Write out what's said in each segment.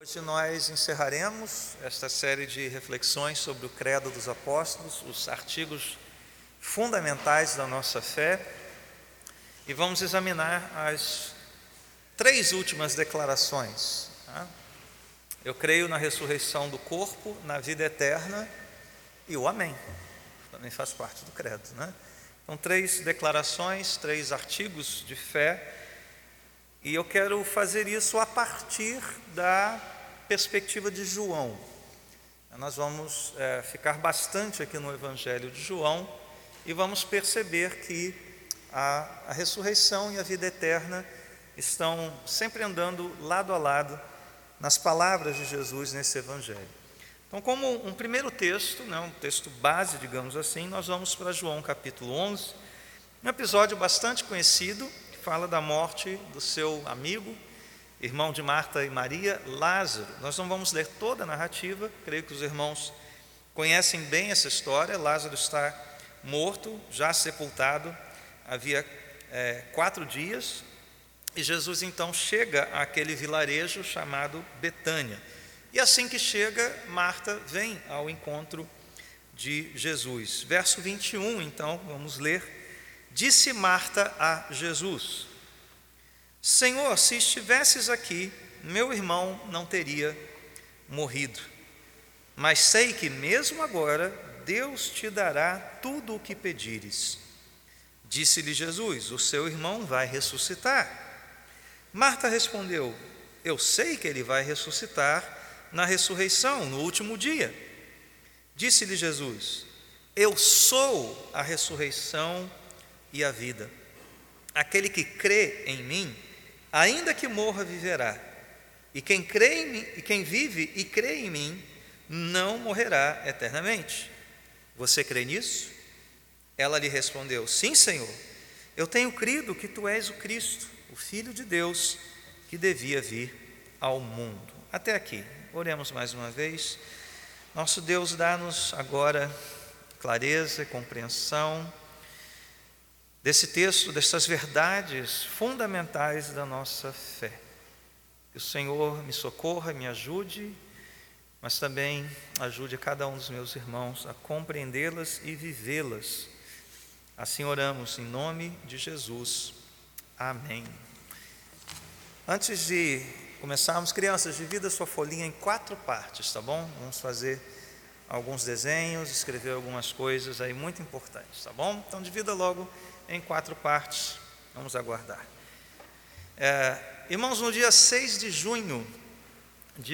Hoje nós encerraremos esta série de reflexões sobre o Credo dos Apóstolos, os artigos fundamentais da nossa fé, e vamos examinar as três últimas declarações. Eu creio na ressurreição do corpo, na vida eterna e o Amém, também faz parte do Credo, né? Então, três declarações, três artigos de fé. E eu quero fazer isso a partir da perspectiva de João. Nós vamos ficar bastante aqui no Evangelho de João e vamos perceber que a ressurreição e a vida eterna estão sempre andando lado a lado nas palavras de Jesus nesse Evangelho. Então, como um primeiro texto, um texto base, digamos assim, nós vamos para João capítulo 11, um episódio bastante conhecido, fala da morte do seu amigo, irmão de Marta e Maria, Lázaro. Nós não vamos ler toda a narrativa, creio que os irmãos conhecem bem essa história. Lázaro está morto, já sepultado, havia 4 dias, e Jesus então chega àquele vilarejo chamado Betânia. E assim que chega, Marta vem ao encontro de Jesus. Verso 21, então, vamos ler. Disse Marta a Jesus: Senhor, se estivesses aqui, meu irmão não teria morrido. Mas sei que mesmo agora Deus te dará tudo o que pedires. Disse-lhe Jesus: o seu irmão vai ressuscitar. Marta respondeu: eu sei que ele vai ressuscitar na ressurreição, no último dia. Disse-lhe Jesus: eu sou a ressurreição e a vida. Aquele que crê em mim, ainda que morra, viverá. E quem crê em mim, e quem vive e crê em mim, não morrerá eternamente. Você crê nisso? Ela lhe respondeu: sim, Senhor. Eu tenho crido que tu és o Cristo, o Filho de Deus, que devia vir ao mundo. Até aqui. Oremos mais uma vez. Nosso Deus, dá-nos agora clareza e compreensão desse texto, dessas verdades fundamentais da nossa fé. Que o Senhor me socorra, me ajude, mas também ajude cada um dos meus irmãos a compreendê-las e vivê-las. Assim oramos em nome de Jesus. Amém. Antes de começarmos, crianças, divida sua folhinha em 4 partes, tá bom? Vamos fazer alguns desenhos, escrever algumas coisas aí muito importantes, tá bom? Então divida logo em 4 partes, vamos aguardar. Irmãos, no dia 6 de junho de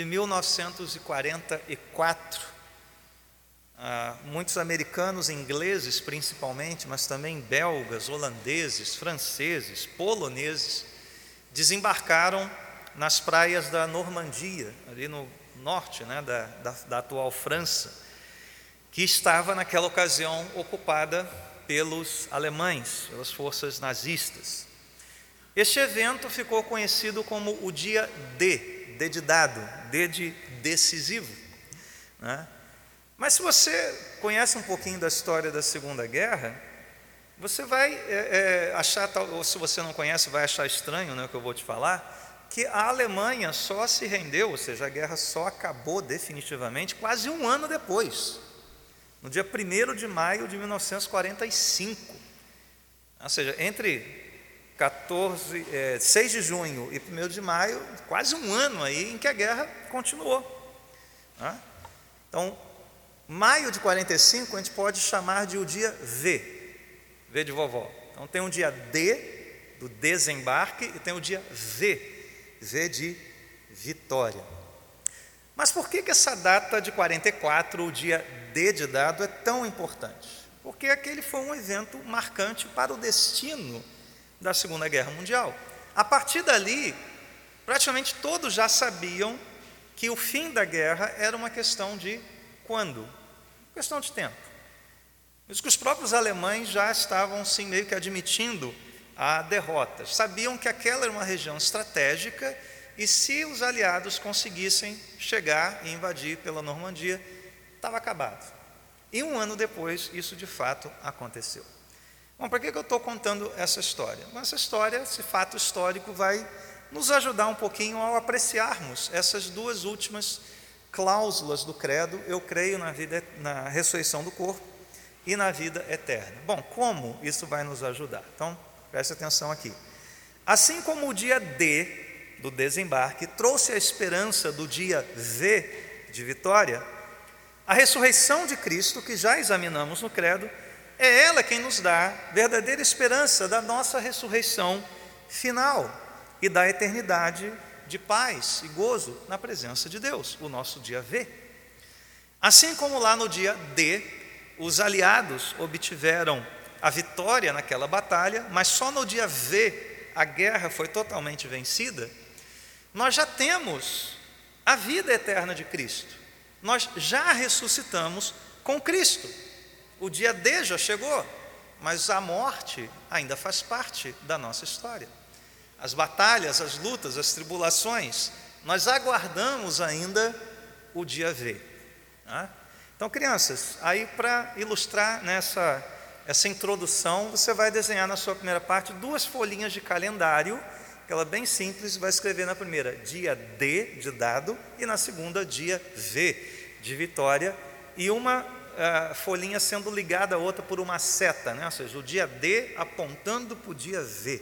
1944, muitos americanos, ingleses principalmente, mas também belgas, holandeses, franceses, poloneses, desembarcaram nas praias da Normandia, ali no norte, da atual França, que estava naquela ocasião ocupada pelos alemães, pelas forças nazistas. Este evento ficou conhecido como o dia D de dado, D de decisivo, né? Mas se você conhece um pouquinho da história da Segunda Guerra, você vai achar, ou se você não conhece, vai achar estranho, o que eu vou te falar, que a Alemanha só se rendeu, ou seja, a guerra só acabou definitivamente quase um ano depois, no dia 1º de maio de 1945, ou seja, entre 6 de junho e 1º de maio, quase um ano aí em que a guerra continuou, né? Então, maio de 45 a gente pode chamar de o dia V de vovó. Então tem um dia D, do desembarque, e tem o dia V de vitória. Mas por que essa data de 44, o dia D de dado, é tão importante? Porque aquele foi um evento marcante para o destino da Segunda Guerra Mundial. A partir dali, praticamente todos já sabiam que o fim da guerra era uma questão de quando? Questão de tempo. Isso que os próprios alemães já estavam meio que admitindo a derrota. Sabiam que aquela era uma região estratégica e se os aliados conseguissem chegar e invadir pela Normandia, estava acabado. E um ano depois, isso de fato aconteceu. Bom, por que eu estou contando essa história? Essa história, esse fato histórico, vai nos ajudar um pouquinho ao apreciarmos essas duas últimas cláusulas do credo: eu creio na ressurreição do corpo e na vida eterna. Bom, como isso vai nos ajudar? Então, preste atenção aqui. Assim como o dia D do desembarque trouxe a esperança do dia V de vitória, a ressurreição de Cristo, que já examinamos no credo, é ela quem nos dá verdadeira esperança da nossa ressurreição final e da eternidade de paz e gozo na presença de Deus, o nosso dia V. Assim como lá no dia D, os aliados obtiveram a vitória naquela batalha, mas só no dia V a guerra foi totalmente vencida, nós já temos a vida eterna de Cristo. Nós já ressuscitamos com Cristo. O dia D já chegou, mas a morte ainda faz parte da nossa história. As batalhas, as lutas, as tribulações, nós aguardamos ainda o dia V. Então, crianças, aí para ilustrar essa introdução, você vai desenhar na sua primeira parte 2 folhinhas de calendário, aquela bem simples, vai escrever na primeira dia D de dado e na segunda dia V de vitória, e uma folhinha sendo ligada à outra por uma seta, né? Ou seja, o dia D apontando para o dia V.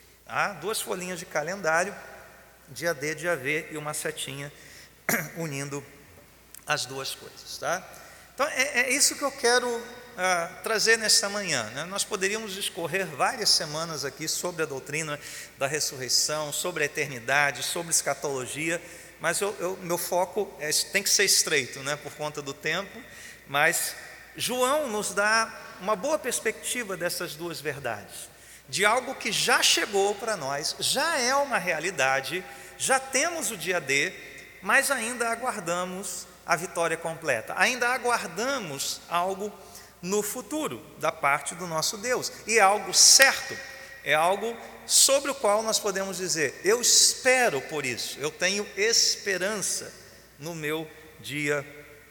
2 folhinhas de calendário, dia D, dia V, e uma setinha unindo as duas coisas. Tá? Então, é isso que eu quero trazer nesta manhã, né? Nós poderíamos discorrer várias semanas aqui sobre a doutrina da ressurreição, sobre a eternidade, sobre escatologia, mas meu foco tem que ser estreito, né, por conta do tempo, mas João nos dá uma boa perspectiva dessas duas verdades, de algo que já chegou para nós, já é uma realidade, já temos o dia D, mas ainda aguardamos a vitória completa, ainda aguardamos algo no futuro, da parte do nosso Deus, e é algo certo, é algo sobre o qual nós podemos dizer: eu espero por isso, eu tenho esperança no meu dia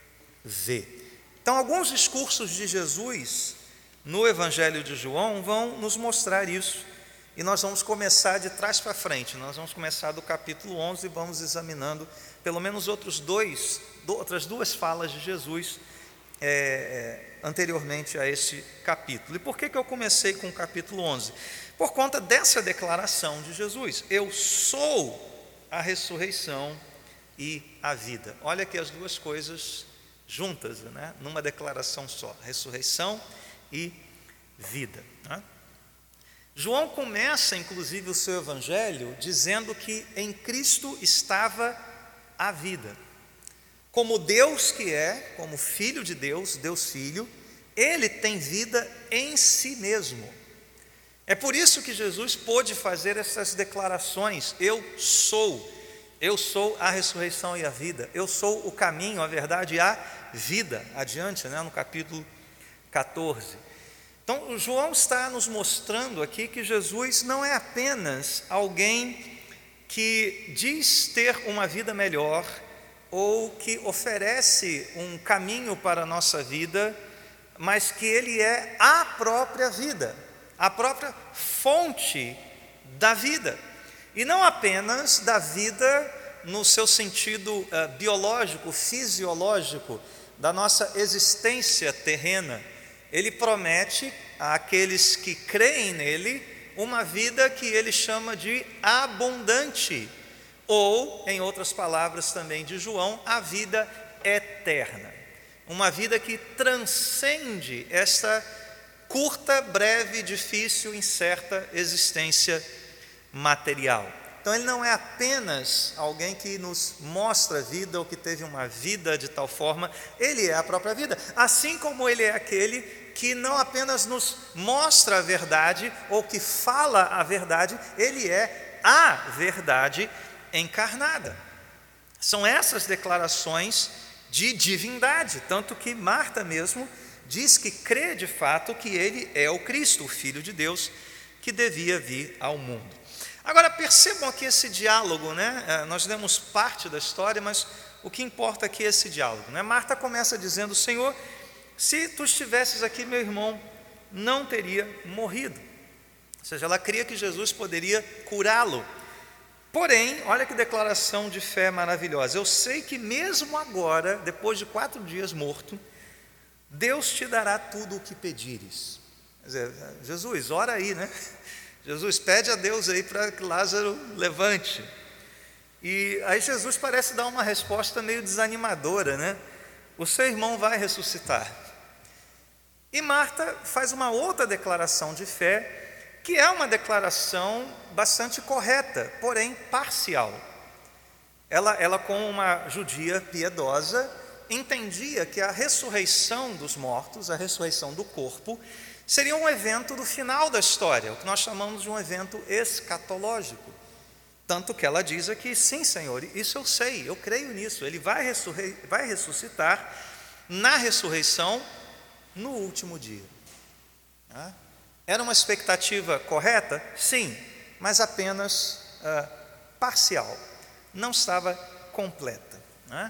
V. Então, alguns discursos de Jesus no Evangelho de João vão nos mostrar isso, e nós vamos começar de trás para frente. Nós vamos começar do capítulo 11 e vamos examinando pelo menos outras 2 falas de Jesus anteriormente a este capítulo. E por que eu comecei com o capítulo 11? Por conta dessa declaração de Jesus: eu sou a ressurreição e a vida. Olha aqui as duas coisas juntas, né? Numa declaração só: ressurreição e vida, né? João começa inclusive o seu evangelho dizendo que em Cristo estava a vida. Como Deus que é, como Filho de Deus, Deus Filho, Ele tem vida em si mesmo. É por isso que Jesus pôde fazer essas declarações: eu sou a ressurreição e a vida, eu sou o caminho, a verdade e a vida. Adiante, né, no capítulo 14. Então, João está nos mostrando aqui que Jesus não é apenas alguém que diz ter uma vida melhor, ou que oferece um caminho para a nossa vida, mas que Ele é a própria vida, a própria fonte da vida, e não apenas da vida no seu sentido biológico, fisiológico, da nossa existência terrena. Ele promete àqueles que creem nele uma vida que Ele chama de abundante, ou, em outras palavras também de João, a vida eterna. Uma vida que transcende esta curta, breve, difícil, incerta existência material. Então, Ele não é apenas alguém que nos mostra a vida ou que teve uma vida de tal forma, Ele é a própria vida. Assim como Ele é aquele que não apenas nos mostra a verdade ou que fala a verdade, Ele é a verdade encarnada. São essas declarações de divindade, tanto que Marta mesmo diz que crê de fato que Ele é o Cristo, o Filho de Deus, que devia vir ao mundo. Agora percebam aqui esse diálogo, né? Nós lemos parte da história, mas o que importa aqui é esse diálogo, né? Marta começa dizendo: Senhor, se tu estivesses aqui, meu irmão não teria morrido. Ou seja, ela cria que Jesus poderia curá-lo. Porém, olha que declaração de fé maravilhosa. Eu sei que mesmo agora, depois de 4 dias morto, Deus te dará tudo o que pedires. Quer dizer, Jesus, ora aí, né? Jesus, pede a Deus aí para que Lázaro levante. E aí Jesus parece dar uma resposta meio desanimadora, né? O seu irmão vai ressuscitar. E Marta faz uma outra declaração de fé, que é uma declaração bastante correta, porém parcial. Ela como uma judia piedosa, entendia que a ressurreição dos mortos, a ressurreição do corpo, seria um evento do final da história, o que nós chamamos de um evento escatológico. Tanto que ela diz aqui, sim, Senhor, isso eu sei, eu creio nisso, ele vai ressuscitar na ressurreição no último dia. Era uma expectativa correta? Sim, mas apenas parcial, não estava completa.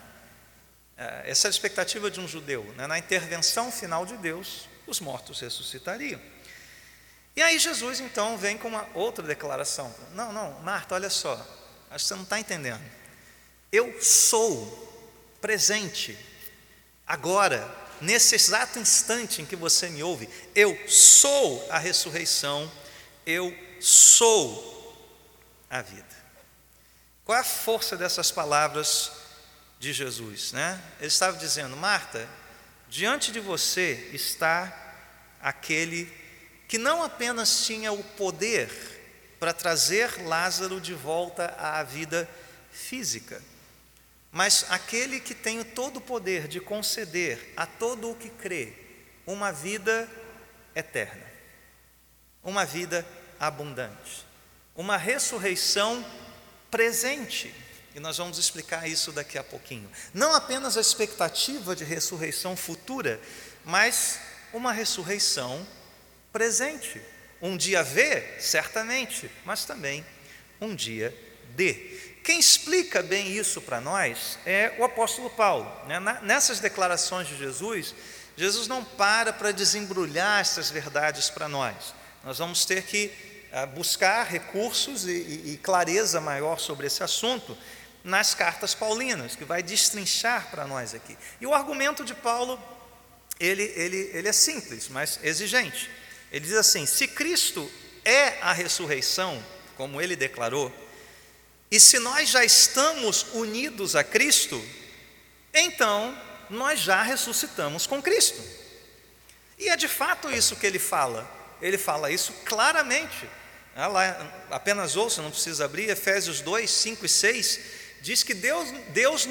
Essa é a expectativa de um judeu, né? Na intervenção final de Deus, os mortos ressuscitariam. E aí Jesus então vem com uma outra declaração. Não, Marta, olha só, acho que você não está entendendo. Eu sou presente, agora, nesse exato instante em que você me ouve, eu sou a ressurreição, eu sou a vida. Qual é a força dessas palavras de Jesus, né? Ele estava dizendo, Marta, diante de você está aquele que não apenas tinha o poder para trazer Lázaro de volta à vida física, mas aquele que tem todo o poder de conceder a todo o que crê uma vida eterna, uma vida abundante, uma ressurreição presente. E nós vamos explicar isso daqui a pouquinho. Não apenas a expectativa de ressurreição futura, mas uma ressurreição presente. Um dia V, certamente, mas também um dia D. Quem explica bem isso para nós é o apóstolo Paulo. Nessas declarações de Jesus, Jesus não para desembrulhar essas verdades para nós. Nós vamos ter que buscar recursos e clareza maior sobre esse assunto nas cartas paulinas, que vai destrinchar para nós aqui. E o argumento de Paulo, ele é simples, mas exigente. Ele diz assim, se Cristo é a ressurreição, como ele declarou, e se nós já estamos unidos a Cristo, então nós já ressuscitamos com Cristo. E é de fato isso que ele fala isso claramente. Apenas ouça, não precisa abrir, Efésios 2, 5 e 6, diz que Deus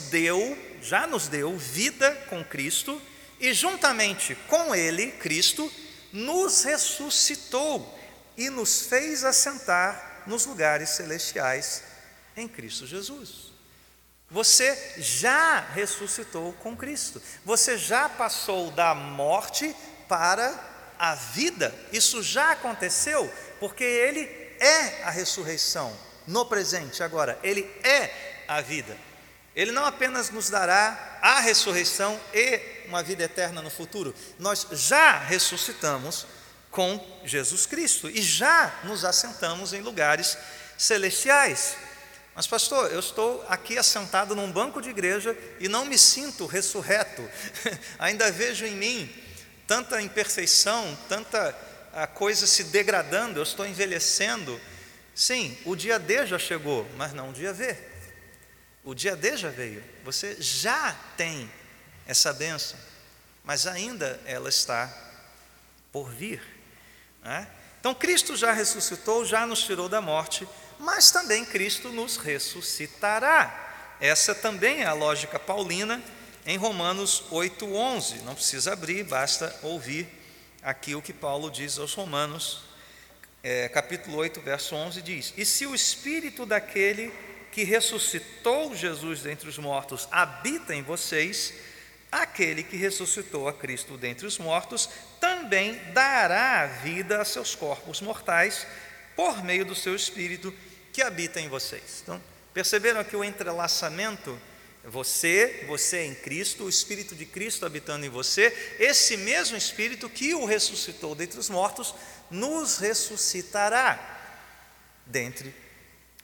já nos deu vida com Cristo, e juntamente com Ele, Cristo, nos ressuscitou e nos fez assentar nos lugares celestiais em Cristo Jesus. Você já ressuscitou com Cristo, você já passou da morte para a vida, isso já aconteceu, porque Ele é a ressurreição no presente agora, Ele é a vida. Ele não apenas nos dará a ressurreição e uma vida eterna no futuro, nós já ressuscitamos com Jesus Cristo e já nos assentamos em lugares celestiais. Mas pastor, eu estou aqui assentado num banco de igreja e não me sinto ressurreto, ainda vejo em mim tanta imperfeição, tanta coisa se degradando, eu estou envelhecendo. Sim, o dia D já chegou, mas não o dia V. O dia D já veio, você já tem essa bênção, mas ainda ela está por vir, né? Então Cristo já ressuscitou, já nos tirou da morte, mas também Cristo nos ressuscitará. Essa também é a lógica paulina em Romanos 8:11. Não precisa abrir, basta ouvir aqui o que Paulo diz aos Romanos, capítulo 8, verso 11, diz: e se o Espírito daquele que ressuscitou Jesus dentre os mortos habita em vocês, aquele que ressuscitou a Cristo dentre os mortos também dará vida a seus corpos mortais por meio do seu Espírito que habita em vocês. Então, perceberam aqui o entrelaçamento? Você em Cristo, o Espírito de Cristo habitando em você, esse mesmo Espírito que o ressuscitou dentre os mortos, nos ressuscitará dentre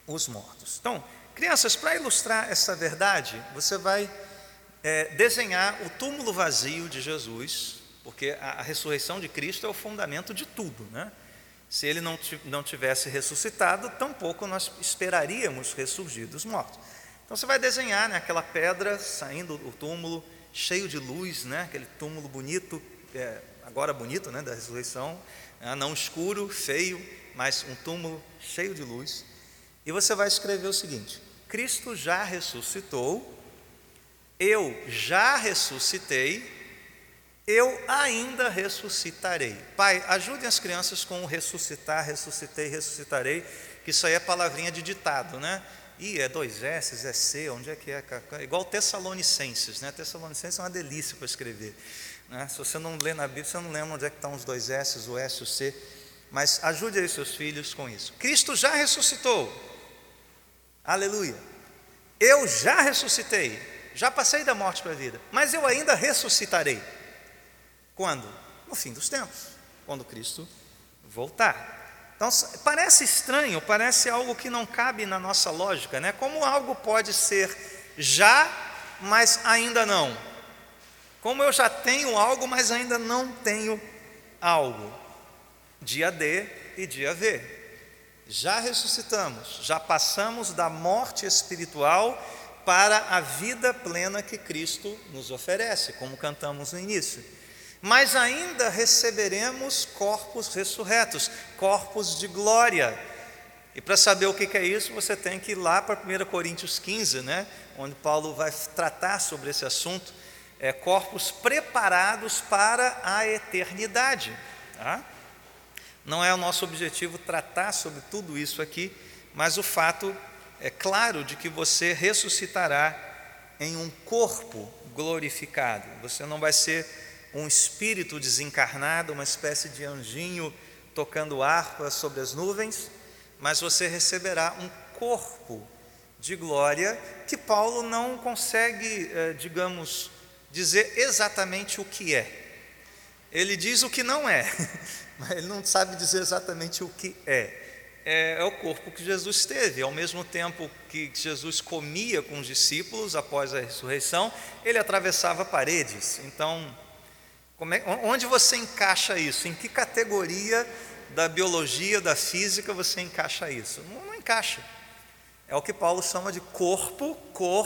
os mortos. Então, crianças, para ilustrar essa verdade, você vai desenhar o túmulo vazio de Jesus, porque a ressurreição de Cristo é o fundamento de tudo, né? Se ele não tivesse ressuscitado, tampouco nós esperaríamos ressurgir dos mortos. Então você vai desenhar, né, aquela pedra saindo do túmulo, cheio de luz, né, aquele túmulo bonito, agora bonito, né, da ressurreição, não escuro, feio, mas um túmulo cheio de luz. E você vai escrever o seguinte: Cristo já ressuscitou, eu já ressuscitei, eu ainda ressuscitarei. Pai, ajudem as crianças com o ressuscitar, ressuscitei, ressuscitarei, que isso aí é palavrinha de ditado, né? É 2 S, é C, onde é que é? Igual Tessalonicenses, né? Tessalonicenses é uma delícia para escrever, né? Se você não lê na Bíblia, você não lembra onde é que estão os 2 S, o S, o C, mas ajude aí seus filhos com isso. Cristo já ressuscitou, aleluia. Eu já ressuscitei, já passei da morte para a vida, mas eu ainda ressuscitarei. Quando? No fim dos tempos, quando Cristo voltar. Então, parece estranho, parece algo que não cabe na nossa lógica, né? Como algo pode ser já, mas ainda não? Como eu já tenho algo, mas ainda não tenho algo? Dia D e dia V. Já ressuscitamos, já passamos da morte espiritual para a vida plena que Cristo nos oferece, como cantamos no início. Mas ainda receberemos corpos ressurretos, corpos de glória. E para saber o que é isso, você tem que ir lá para 1 Coríntios 15, né, onde Paulo vai tratar sobre esse assunto, corpos preparados para a eternidade. Tá? Não é o nosso objetivo tratar sobre tudo isso aqui, mas o fato é claro de que você ressuscitará em um corpo glorificado. Você não vai ser um espírito desencarnado, uma espécie de anjinho tocando harpa sobre as nuvens, mas você receberá um corpo de glória que Paulo não consegue, digamos, dizer exatamente o que é. Ele diz o que não é, mas ele não sabe dizer exatamente o que é. É o corpo que Jesus teve. Ao mesmo tempo que Jesus comia com os discípulos após a ressurreição, ele atravessava paredes. Então, onde você encaixa isso? Em que categoria da biologia, da física você encaixa isso? Não encaixa. É o que Paulo chama de corpo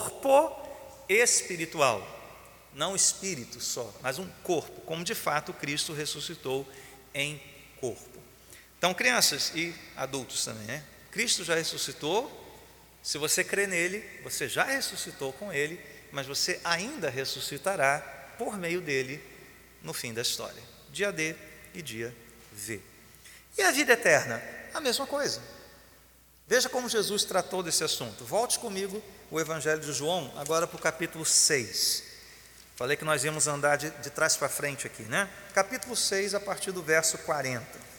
espiritual. Não espírito só, mas um corpo, como de fato Cristo ressuscitou em corpo. Então, crianças e adultos também, né? Cristo já ressuscitou. Se você crê nele, você já ressuscitou com ele, mas você ainda ressuscitará por meio dele no fim da história. Dia D e dia V. E a vida eterna? A mesma coisa. Veja como Jesus tratou desse assunto. Volte comigo o Evangelho de João, agora para o capítulo 6. Falei que nós íamos andar de trás para frente aqui, né? Capítulo 6, a partir do verso 40.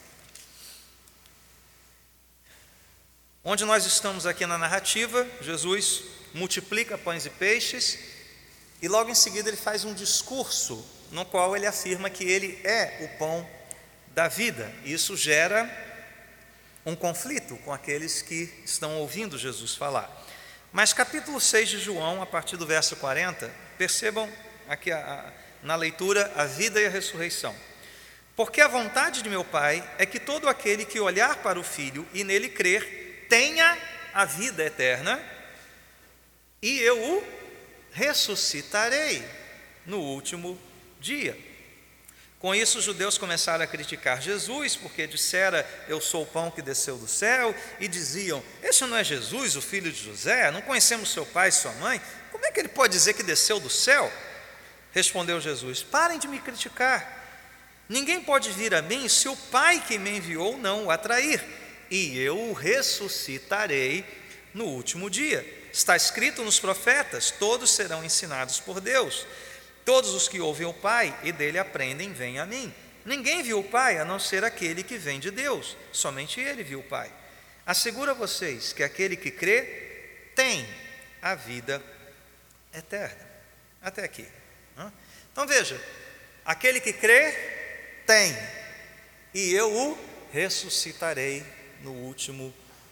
Onde nós estamos aqui na narrativa, Jesus multiplica pães e peixes, e logo em seguida ele faz um discurso no qual ele afirma que ele é o pão da vida. Isso gera um conflito com aqueles que estão ouvindo Jesus falar. Mas capítulo 6 de João, a partir do verso 40, percebam aqui na leitura a vida e a ressurreição. Porque a vontade de meu Pai é que todo aquele que olhar para o Filho e nele crer tenha a vida eterna, e eu o ressuscitarei no último dia. Com isso, os judeus começaram a criticar Jesus, porque dissera: eu sou o pão que desceu do céu, e diziam: esse não é Jesus, o filho de José? Não conhecemos seu pai e sua mãe? Como é que ele pode dizer que desceu do céu? Respondeu Jesus: parem de me criticar. Ninguém pode vir a mim se o Pai que me enviou não o atrair, e eu o ressuscitarei no último dia. Está escrito nos profetas: todos serão ensinados por Deus. Todos os que ouvem o Pai e dele aprendem, vêm a mim. Ninguém viu o Pai a não ser aquele que vem de Deus. Somente ele viu o Pai. Asseguro a vocês que aquele que crê tem a vida eterna. Até aqui. Então veja, aquele que crê tem, e eu o ressuscitarei no último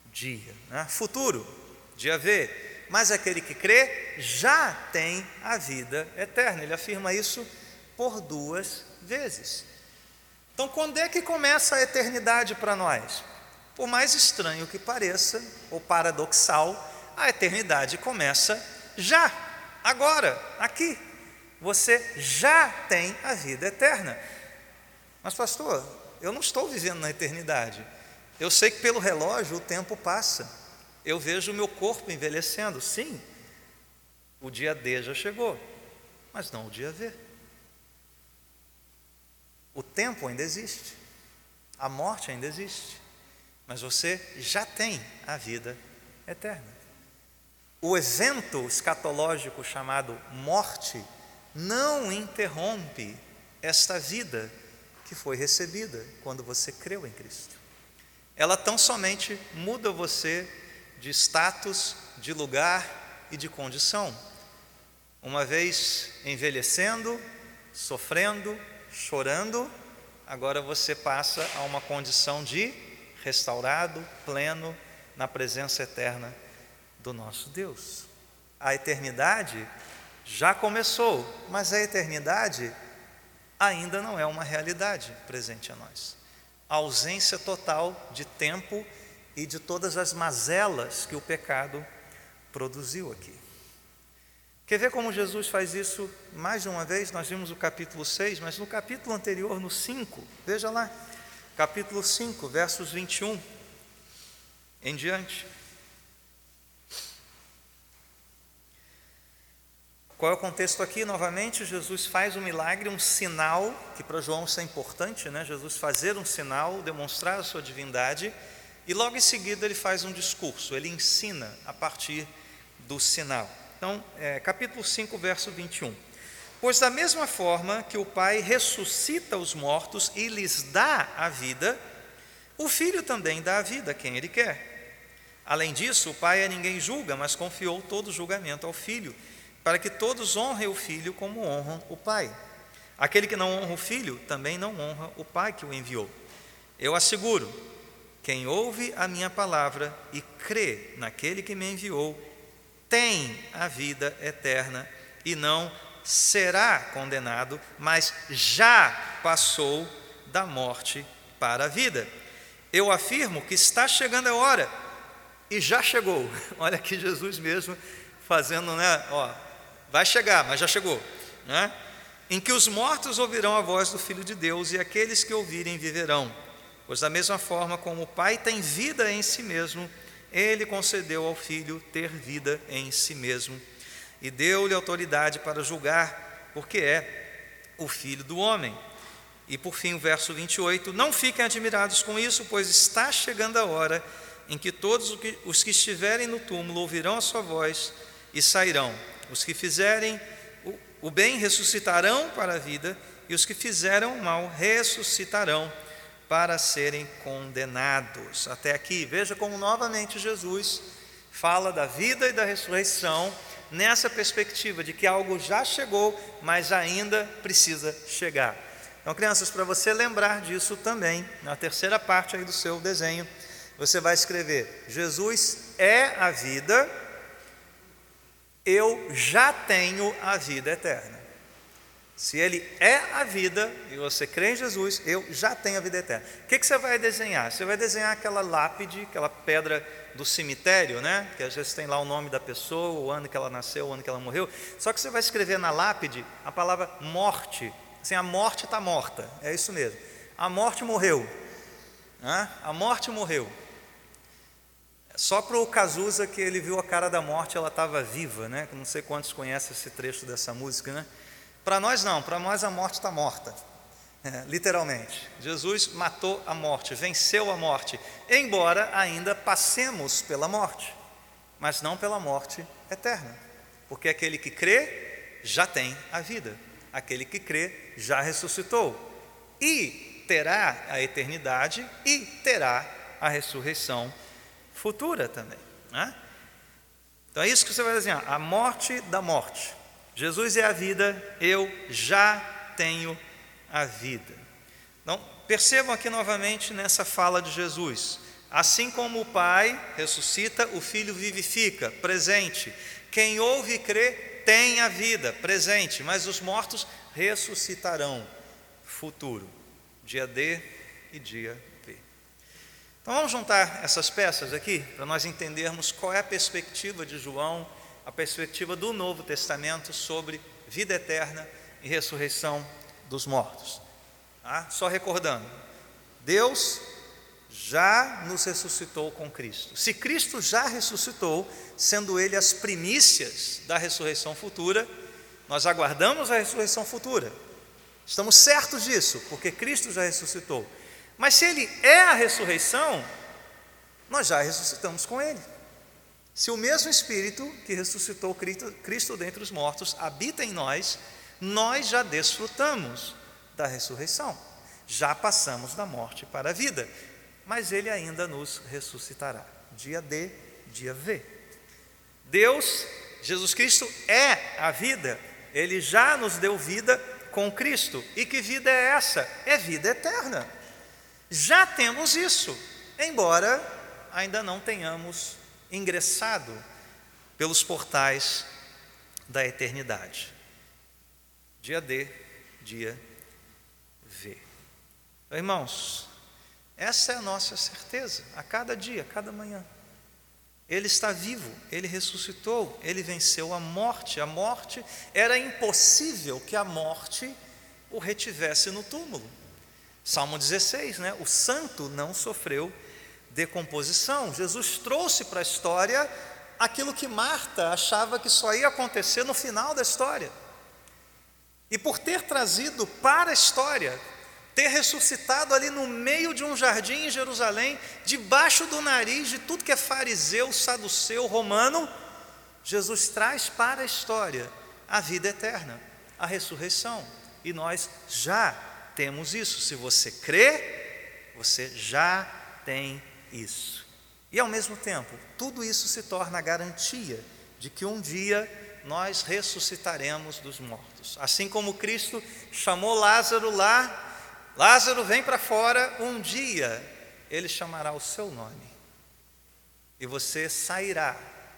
dia, né? Futuro, de haver, mas aquele que crê já tem a vida eterna. Ele afirma isso por 2 vezes. Então, quando é que começa a eternidade para nós? Por mais estranho que pareça, ou paradoxal, a eternidade começa já, agora, aqui. Você já tem a vida eterna. Mas pastor, eu não estou vivendo na eternidade. Eu sei que pelo relógio o tempo passa. Eu vejo o meu corpo envelhecendo. Sim, o dia D já chegou, mas não o dia V. O tempo ainda existe, a morte ainda existe, mas você já tem a vida eterna. O evento escatológico chamado morte não interrompe esta vida que foi recebida quando você creu em Cristo. Ela tão somente muda você de status, de lugar e de condição. Uma vez envelhecendo, sofrendo, chorando, agora você passa a uma condição de restaurado, pleno, na presença eterna do nosso Deus. A eternidade já começou, mas a eternidade ainda não é uma realidade presente a nós. A ausência total de tempo e de todas as mazelas que o pecado produziu aqui. Quer ver como Jesus faz isso mais de uma vez? Nós vimos o capítulo 6, mas no capítulo anterior, no 5, veja lá, capítulo 5, versos 21 em diante. Qual é o contexto aqui? Novamente, Jesus faz um milagre, um sinal, que para João isso é importante, né? Jesus fazer um sinal, demonstrar a sua divindade, e logo em seguida ele faz um discurso, ele ensina a partir do sinal. Então, capítulo 5, verso 21. Pois da mesma forma que o Pai ressuscita os mortos e lhes dá a vida, o Filho também dá a vida a quem Ele quer. Além disso, o Pai a ninguém julga, mas confiou todo o julgamento ao Filho, para que todos honrem o Filho como honram o Pai. Aquele que não honra o Filho, também não honra o Pai que o enviou. Eu asseguro, quem ouve a minha palavra e crê naquele que me enviou, tem a vida eterna e não será condenado, mas já passou da morte para a vida. Eu afirmo que está chegando a hora, e já chegou. Olha aqui Jesus mesmo fazendo, né? Vai chegar, mas já chegou, né? Em que os mortos ouvirão a voz do Filho de Deus, e aqueles que ouvirem viverão. Pois da mesma forma como o Pai tem vida em si mesmo, Ele concedeu ao Filho ter vida em si mesmo, e deu-lhe autoridade para julgar, porque é o Filho do homem. E por fim o verso 28, não fiquem admirados com isso, pois está chegando a hora em que todos os que estiverem no túmulo ouvirão a sua voz e sairão. Os que fizerem o bem ressuscitarão para a vida, e os que fizeram o mal ressuscitarão para serem condenados. Até aqui, veja como novamente Jesus fala da vida e da ressurreição nessa perspectiva de que algo já chegou, mas ainda precisa chegar. Então, crianças, para você lembrar disso também, na terceira parte aí do seu desenho, você vai escrever: Jesus é a vida, eu já tenho a vida eterna. Se Ele é a vida e você crê em Jesus, eu já tenho a vida eterna. O que você vai desenhar? Você vai desenhar aquela lápide, aquela pedra do cemitério, né? Que às vezes tem lá o nome da pessoa, o ano que ela nasceu, o ano que ela morreu. Só que você vai escrever na lápide a palavra morte. Assim, a morte está morta, é isso mesmo. A morte morreu, né? A morte morreu. Só para o Cazuza, que ele viu a cara da morte, ela estava viva, né? Não sei quantos conhecem esse trecho dessa música, né? Para nós não, para nós a morte está morta, literalmente. Jesus matou a morte, venceu a morte, embora ainda passemos pela morte, mas não pela morte eterna, porque aquele que crê já tem a vida, aquele que crê já ressuscitou e terá a eternidade e terá a ressurreição futura também, né? Então é isso que você vai desenhar, a morte da morte. Jesus é a vida, eu já tenho a vida. Então, percebam aqui novamente nessa fala de Jesus, Assim como o Pai ressuscita, o Filho vivifica, presente. Quem ouve e crê tem a vida, presente, mas os mortos ressuscitarão, futuro, dia D e dia V. Então vamos juntar essas peças aqui, para nós entendermos qual é a perspectiva de João, a perspectiva do Novo Testamento sobre vida eterna e ressurreição dos mortos. Só recordando, Deus já nos ressuscitou com Cristo. Se Cristo já ressuscitou, sendo Ele as primícias da ressurreição futura, nós aguardamos a ressurreição futura. Estamos certos disso, porque Cristo já ressuscitou. Mas se Ele é a ressurreição, nós já ressuscitamos com Ele. Se o mesmo Espírito que ressuscitou Cristo dentre os mortos habita em nós, nós já desfrutamos da ressurreição. Já passamos da morte para a vida. Mas Ele ainda nos ressuscitará. Dia D, dia V. Deus, Jesus Cristo é a vida. Ele já nos deu vida com Cristo. E que vida é essa? É vida eterna. Já temos isso, embora ainda não tenhamos ingressado pelos portais da eternidade. Dia D, dia V. Irmãos, essa é a nossa certeza, a cada dia, a cada manhã. Ele está vivo, Ele ressuscitou, Ele venceu a morte. A morte, era impossível que a morte o retivesse no túmulo. Salmo 16, né? O santo não sofreu decomposição. Jesus trouxe para a história aquilo que Marta achava que só ia acontecer no final da história. E por ter trazido para a história, ter ressuscitado ali no meio de um jardim em Jerusalém, debaixo do nariz de tudo que é fariseu, saduceu, romano, Jesus traz para a história a vida eterna, a ressurreição. E nós já temos isso. Se você crê, você já tem isso. E ao mesmo tempo, tudo isso se torna a garantia de que um dia nós ressuscitaremos dos mortos. Assim como Cristo chamou Lázaro lá, Lázaro, vem para fora, um dia Ele chamará o seu nome e você sairá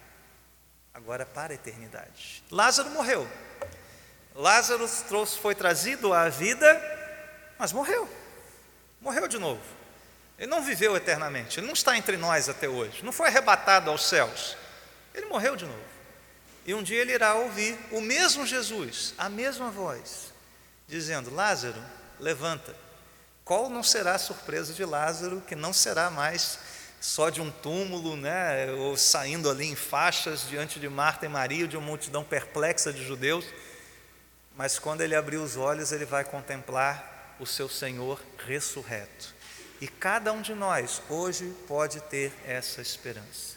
agora para a eternidade. Lázaro morreu. Lázaro foi trazido à vida, mas morreu de novo. Ele não viveu eternamente, ele não está entre nós até hoje, não foi arrebatado aos céus, ele morreu de novo. E um dia ele irá ouvir o mesmo Jesus, a mesma voz, dizendo: Lázaro, levanta. Qual não será a surpresa de Lázaro, que não será mais só de um túmulo, né, ou saindo ali em faixas diante de Marta e Maria, de uma multidão perplexa de judeus, mas quando ele abrir os olhos, ele vai contemplar o seu Senhor ressurreto. E cada um de nós hoje pode ter essa esperança.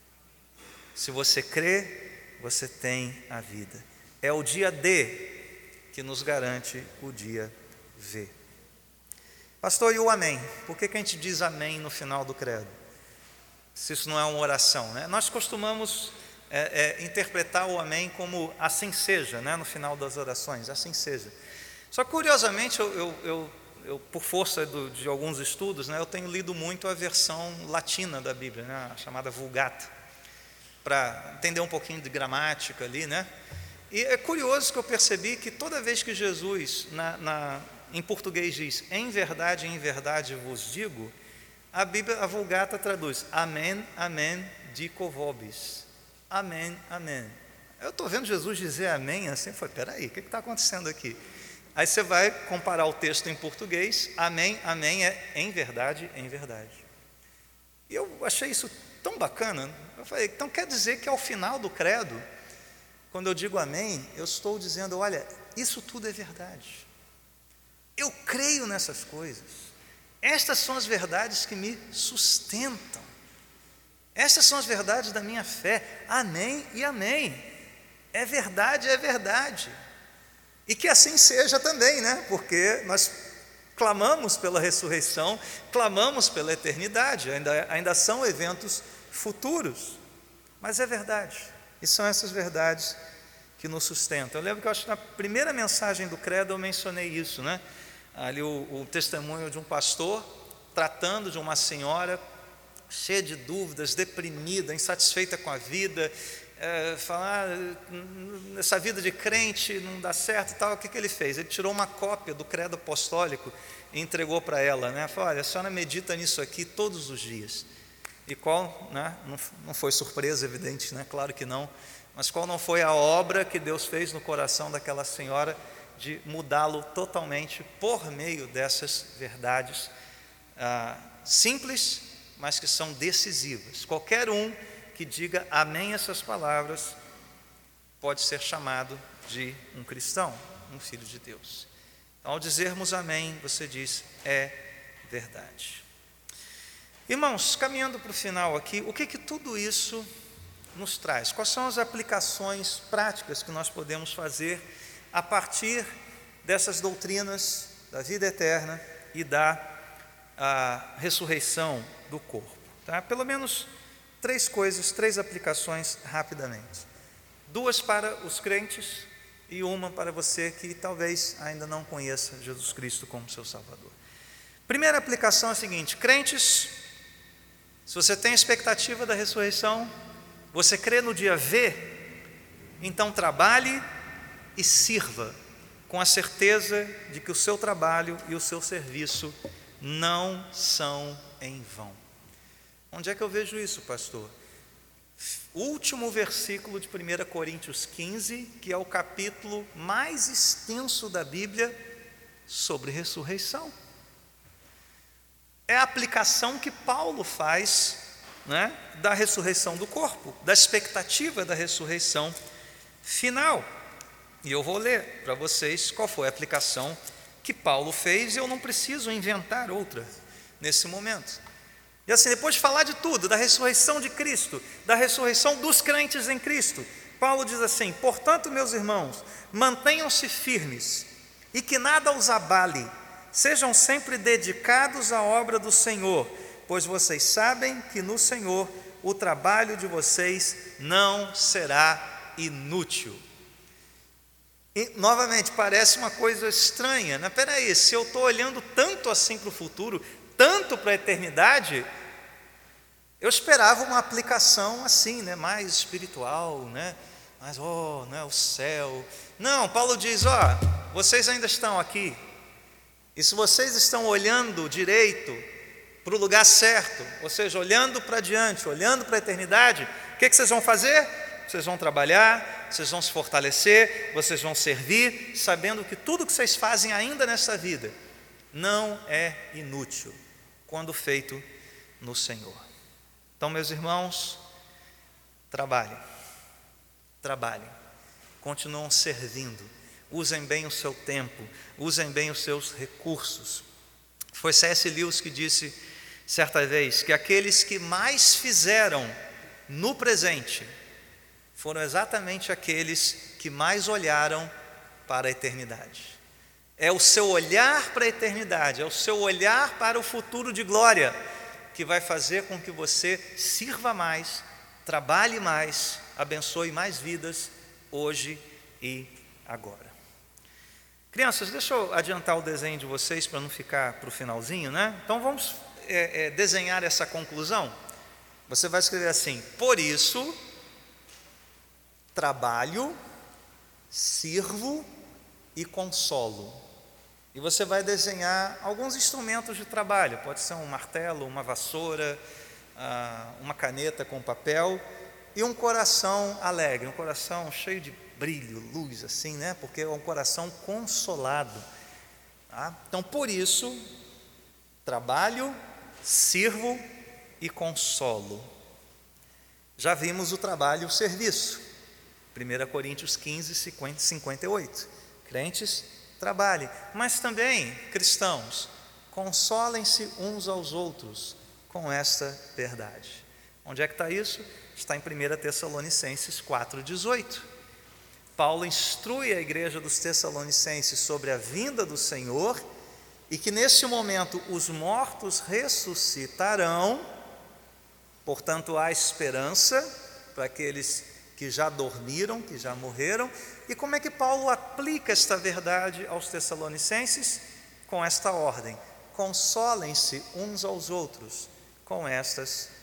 Se você crê, você tem a vida. É o dia D que nos garante o dia V. Pastor, e o amém? Por que a gente diz amém no final do credo? Se isso não é uma oração, né? Nós costumamos interpretar o amém como assim seja, né? No final das orações, assim seja. Só que curiosamente, eu por força de alguns estudos, né, eu tenho lido muito a versão latina da Bíblia, né, a chamada Vulgata, para entender um pouquinho de gramática ali, né? E é curioso que eu percebi que toda vez que Jesus, em português diz, em verdade vos digo, a Bíblia, a Vulgata traduz, amém, amém, dico vobis, amém, amém. Eu estou vendo Jesus dizer amém assim, eu falei, peraí, o que está acontecendo aqui? Aí você vai comparar o texto em português, amém, amém é em verdade, em verdade. E eu achei isso tão bacana, eu falei, então quer dizer que ao final do credo, quando eu digo amém, eu estou dizendo, olha, isso tudo é verdade. Eu creio nessas coisas. Estas são as verdades que me sustentam. Estas são as verdades da minha fé. Amém e amém. É verdade, é verdade. E que assim seja também, né? Porque nós clamamos pela ressurreição, clamamos pela eternidade. Ainda são eventos futuros. Mas é verdade. E são essas verdades que nos sustentam. Eu lembro que eu acho que na primeira mensagem do credo eu mencionei isso, né? Ali o testemunho de um pastor tratando de uma senhora cheia de dúvidas, deprimida, insatisfeita com a vida, falar, essa vida de crente não dá certo e tal, o que ele fez? Ele tirou uma cópia do credo apostólico e entregou para ela, né? Falou, olha, a senhora medita nisso aqui todos os dias. E qual, né? Não foi surpresa, evidente, né? Claro que não, mas qual não foi a obra que Deus fez no coração daquela senhora de mudá-lo totalmente por meio dessas verdades simples, mas que são decisivas. Qualquer um que diga amém a essas palavras pode ser chamado de um cristão, um filho de Deus. Então, ao dizermos amém, você diz, é verdade. Irmãos, caminhando para o final aqui, o que tudo isso nos traz? Quais são as aplicações práticas que nós podemos fazer a partir dessas doutrinas da vida eterna e da ressurreição do corpo? Tá? Pelo menos 3 coisas, 3 aplicações rapidamente. 2 para os crentes e 1 para você que talvez ainda não conheça Jesus Cristo como seu Salvador. Primeira aplicação é a seguinte: crentes, se você tem expectativa da ressurreição, você crê no dia V, então trabalhe e sirva, com a certeza de que o seu trabalho e o seu serviço não são em vão. Onde é que eu vejo isso, pastor? Último versículo de 1 Coríntios 15, que é o capítulo mais extenso da Bíblia sobre ressurreição. É a aplicação que Paulo faz, né, da ressurreição do corpo, da expectativa da ressurreição final. E eu vou ler para vocês qual foi a aplicação que Paulo fez, e eu não preciso inventar outra nesse momento. E assim, depois de falar de tudo, da ressurreição de Cristo, da ressurreição dos crentes em Cristo, Paulo diz assim: portanto, meus irmãos, mantenham-se firmes e que nada os abale, sejam sempre dedicados à obra do Senhor, pois vocês sabem que no Senhor o trabalho de vocês não será inútil. E, novamente, parece uma coisa estranha, né? Peraí, se eu estou olhando tanto assim para o futuro, tanto para a eternidade, eu esperava uma aplicação assim, né? Mais espiritual, né? Mais, né? O céu. Não, Paulo diz, vocês ainda estão aqui, e se vocês estão olhando direito para o lugar certo, ou seja, olhando para diante, olhando para a eternidade, o que vocês vão fazer? Vocês vão trabalhar, vocês vão se fortalecer, vocês vão servir, sabendo que tudo que vocês fazem ainda nessa vida não é inútil, quando feito no Senhor. Então, meus irmãos, trabalhem, continuam servindo, usem bem o seu tempo, usem bem os seus recursos. Foi C.S. Lewis que disse certa vez que aqueles que mais fizeram no presente foram exatamente aqueles que mais olharam para a eternidade. É o seu olhar para a eternidade, é o seu olhar para o futuro de glória que vai fazer com que você sirva mais, trabalhe mais, abençoe mais vidas hoje e agora. Crianças, deixa eu adiantar o desenho de vocês para não ficar para o finalzinho, né? Então vamos desenhar essa conclusão. Você vai escrever assim: por isso, trabalho, sirvo e consolo. E você vai desenhar alguns instrumentos de trabalho, pode ser um martelo, uma vassoura, uma caneta com papel, e um coração alegre, um coração cheio de brilho, luz, assim, né? Porque é um coração consolado. Tá? Então, por isso, trabalho, sirvo e consolo. Já vimos o trabalho e o serviço. 1 Coríntios 15, 58. Crentes, trabalhem, mas também, cristãos, consolem-se uns aos outros com esta verdade. Onde é que está isso? Está em 1 Tessalonicenses 4,18. Paulo instrui a igreja dos Tessalonicenses sobre a vinda do Senhor e que nesse momento os mortos ressuscitarão, portanto há esperança para aqueles que já dormiram, que já morreram. E como é que Paulo aplica esta verdade aos Tessalonicenses? Com esta ordem: consolem-se uns aos outros com estas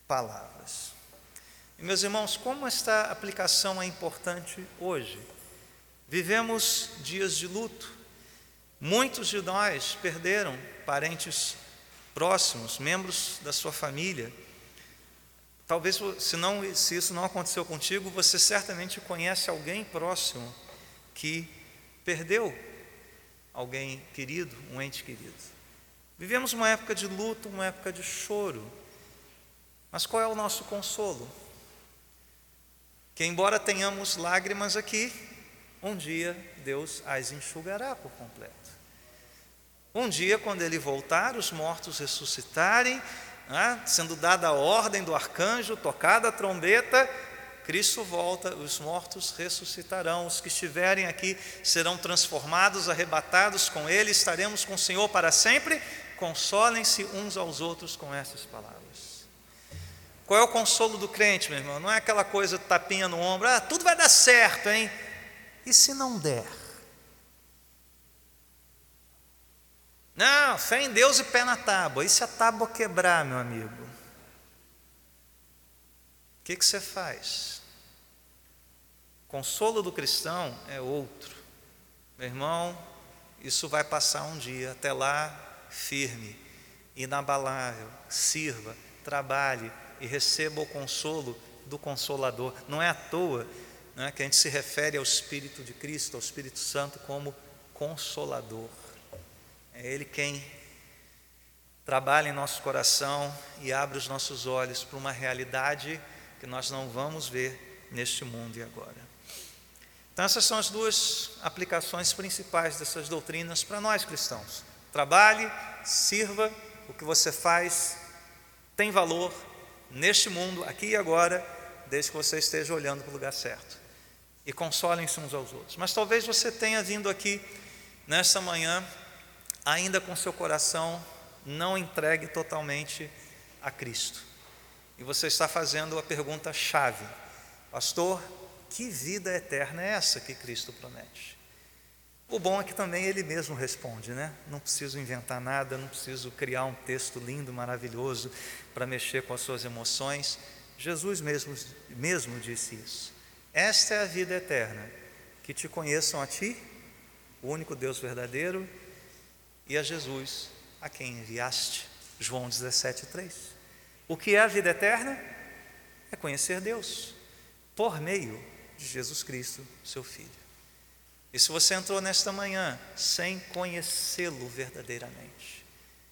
palavras. E, meus irmãos, como esta aplicação é importante hoje? Vivemos dias de luto. Muitos de nós perderam parentes próximos, membros da sua família. Talvez, se isso não aconteceu contigo, você certamente conhece alguém próximo que perdeu alguém querido, um ente querido. Vivemos uma época de luto, uma época de choro. Mas qual é o nosso consolo? Que embora tenhamos lágrimas aqui, um dia Deus as enxugará por completo. Um dia, quando Ele voltar, os mortos ressuscitarem, sendo dada a ordem do arcanjo, tocada a trombeta, Cristo volta, os mortos ressuscitarão, os que estiverem aqui serão transformados, arrebatados com Ele, estaremos com o Senhor para sempre. Consolem-se uns aos outros com essas palavras. Qual é o consolo do crente, meu irmão? Não é aquela coisa tapinha no ombro, tudo vai dar certo, hein? E se não der? Não, fé em Deus e pé na tábua. E se a tábua quebrar, meu amigo? O que você faz? O consolo do cristão é outro. Meu irmão, isso vai passar um dia. Até lá, firme, inabalável, sirva, trabalhe e receba o consolo do Consolador. Não é à toa, que a gente se refere ao Espírito de Cristo, ao Espírito Santo, como Consolador. É Ele quem trabalha em nosso coração e abre os nossos olhos para uma realidade que nós não vamos ver neste mundo e agora. Então essas são as duas aplicações principais dessas doutrinas para nós cristãos. Trabalhe, sirva, o que você faz tem valor neste mundo, aqui e agora, desde que você esteja olhando para o lugar certo. E consolem-se uns aos outros. Mas talvez você tenha vindo aqui nesta manhã ainda com seu coração não entregue totalmente a Cristo. E você está fazendo a pergunta chave: pastor, que vida eterna é essa que Cristo promete? O bom é que também Ele mesmo responde, Não preciso inventar nada, não preciso criar um texto lindo, maravilhoso para mexer com as suas emoções. Jesus mesmo disse isso. Esta é a vida eterna, que te conheçam a ti, o único Deus verdadeiro, e a Jesus, a quem enviaste. João 17:3. O que é a vida eterna? É conhecer Deus, por meio de Jesus Cristo, seu Filho. E se você entrou nesta manhã sem conhecê-lo verdadeiramente,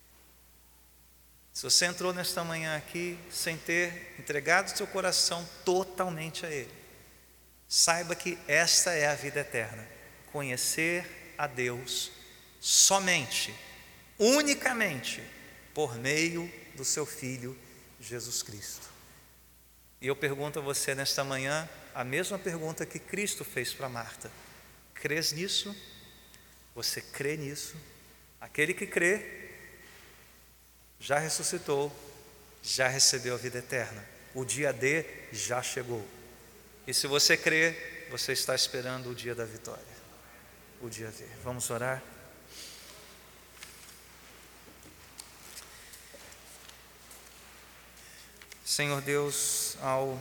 se você entrou nesta manhã aqui sem ter entregado seu coração totalmente a Ele, saiba que esta é a vida eterna: conhecer a Deus somente, unicamente, por meio do seu Filho Jesus Cristo. E eu pergunto a você nesta manhã a mesma pergunta que Cristo fez para Marta: crês nisso? Você crê nisso? Aquele que crê já ressuscitou, já recebeu a vida eterna. O dia D já chegou. E se você crê, você está esperando o dia da vitória, o dia D. Vamos orar? Senhor Deus, ao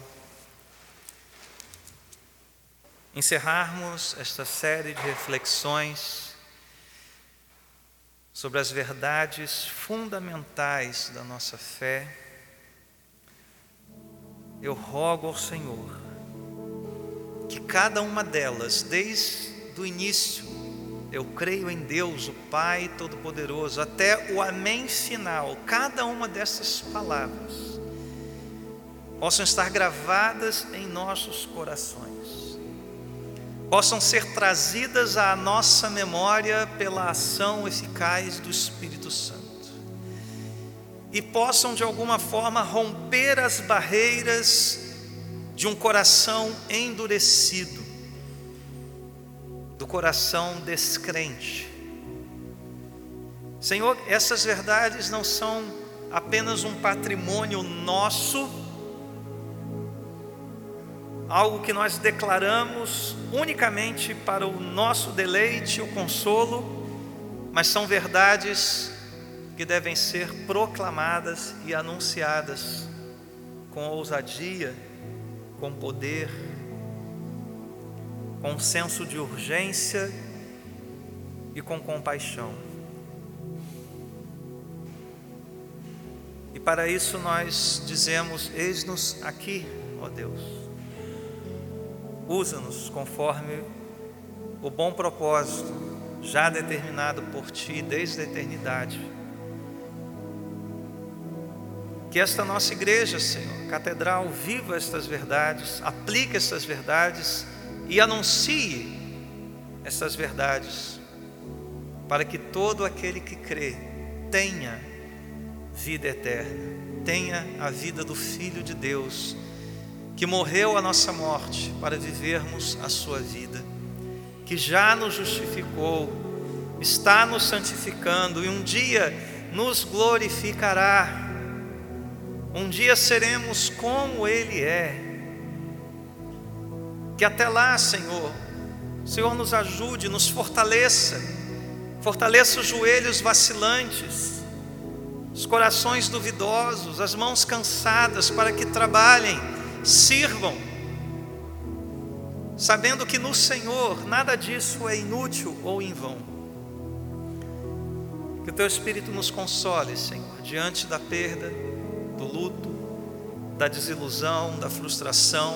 encerrarmos esta série de reflexões sobre as verdades fundamentais da nossa fé, eu rogo ao Senhor que cada uma delas, desde o início, eu creio em Deus, o Pai Todo-Poderoso, até o amém final, cada uma dessas palavras possam estar gravadas em nossos corações, possam ser trazidas à nossa memória pela ação eficaz do Espírito Santo, e possam de alguma forma romper as barreiras de um coração endurecido, do coração descrente. Senhor, essas verdades não são apenas um patrimônio nosso, algo que nós declaramos unicamente para o nosso deleite, o consolo, mas são verdades que devem ser proclamadas e anunciadas com ousadia, com poder, com um senso de urgência e com compaixão. E para isso nós dizemos: eis-nos aqui, ó Deus. Usa-nos conforme o bom propósito já determinado por Ti desde a eternidade. Que esta nossa igreja, Senhor, catedral, viva estas verdades, aplique estas verdades e anuncie estas verdades, para que todo aquele que crê tenha vida eterna, tenha a vida do Filho de Deus, que morreu a nossa morte para vivermos a sua vida, que já nos justificou, está nos santificando e um dia nos glorificará. Um dia seremos como Ele é. Que até lá, Senhor, o Senhor nos ajude, nos fortaleça, fortaleça os joelhos vacilantes, os corações duvidosos, as mãos cansadas, para que trabalhem, sirvam, sabendo que no Senhor nada disso é inútil ou em vão. Que o Teu Espírito nos console, Senhor, diante da perda, do luto, da desilusão, da frustração.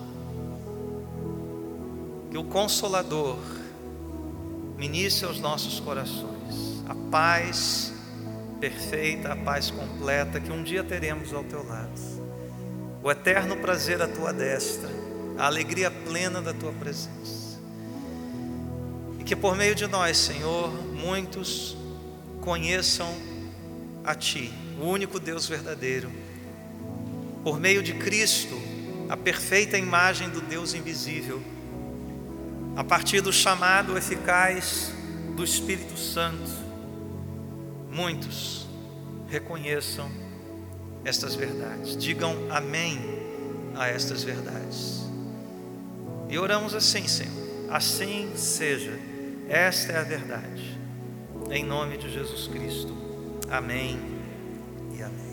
Que o Consolador ministre aos nossos corações a paz perfeita, a paz completa que um dia teremos ao Teu lado, o eterno prazer à Tua destra, a alegria plena da Tua presença. E que por meio de nós, Senhor, muitos conheçam a Ti, o único Deus verdadeiro, por meio de Cristo, a perfeita imagem do Deus invisível, a partir do chamado eficaz do Espírito Santo, muitos reconheçam estas verdades, digam amém a estas verdades. E oramos assim, Senhor, assim seja, esta é a verdade, em nome de Jesus Cristo. Amém e amém.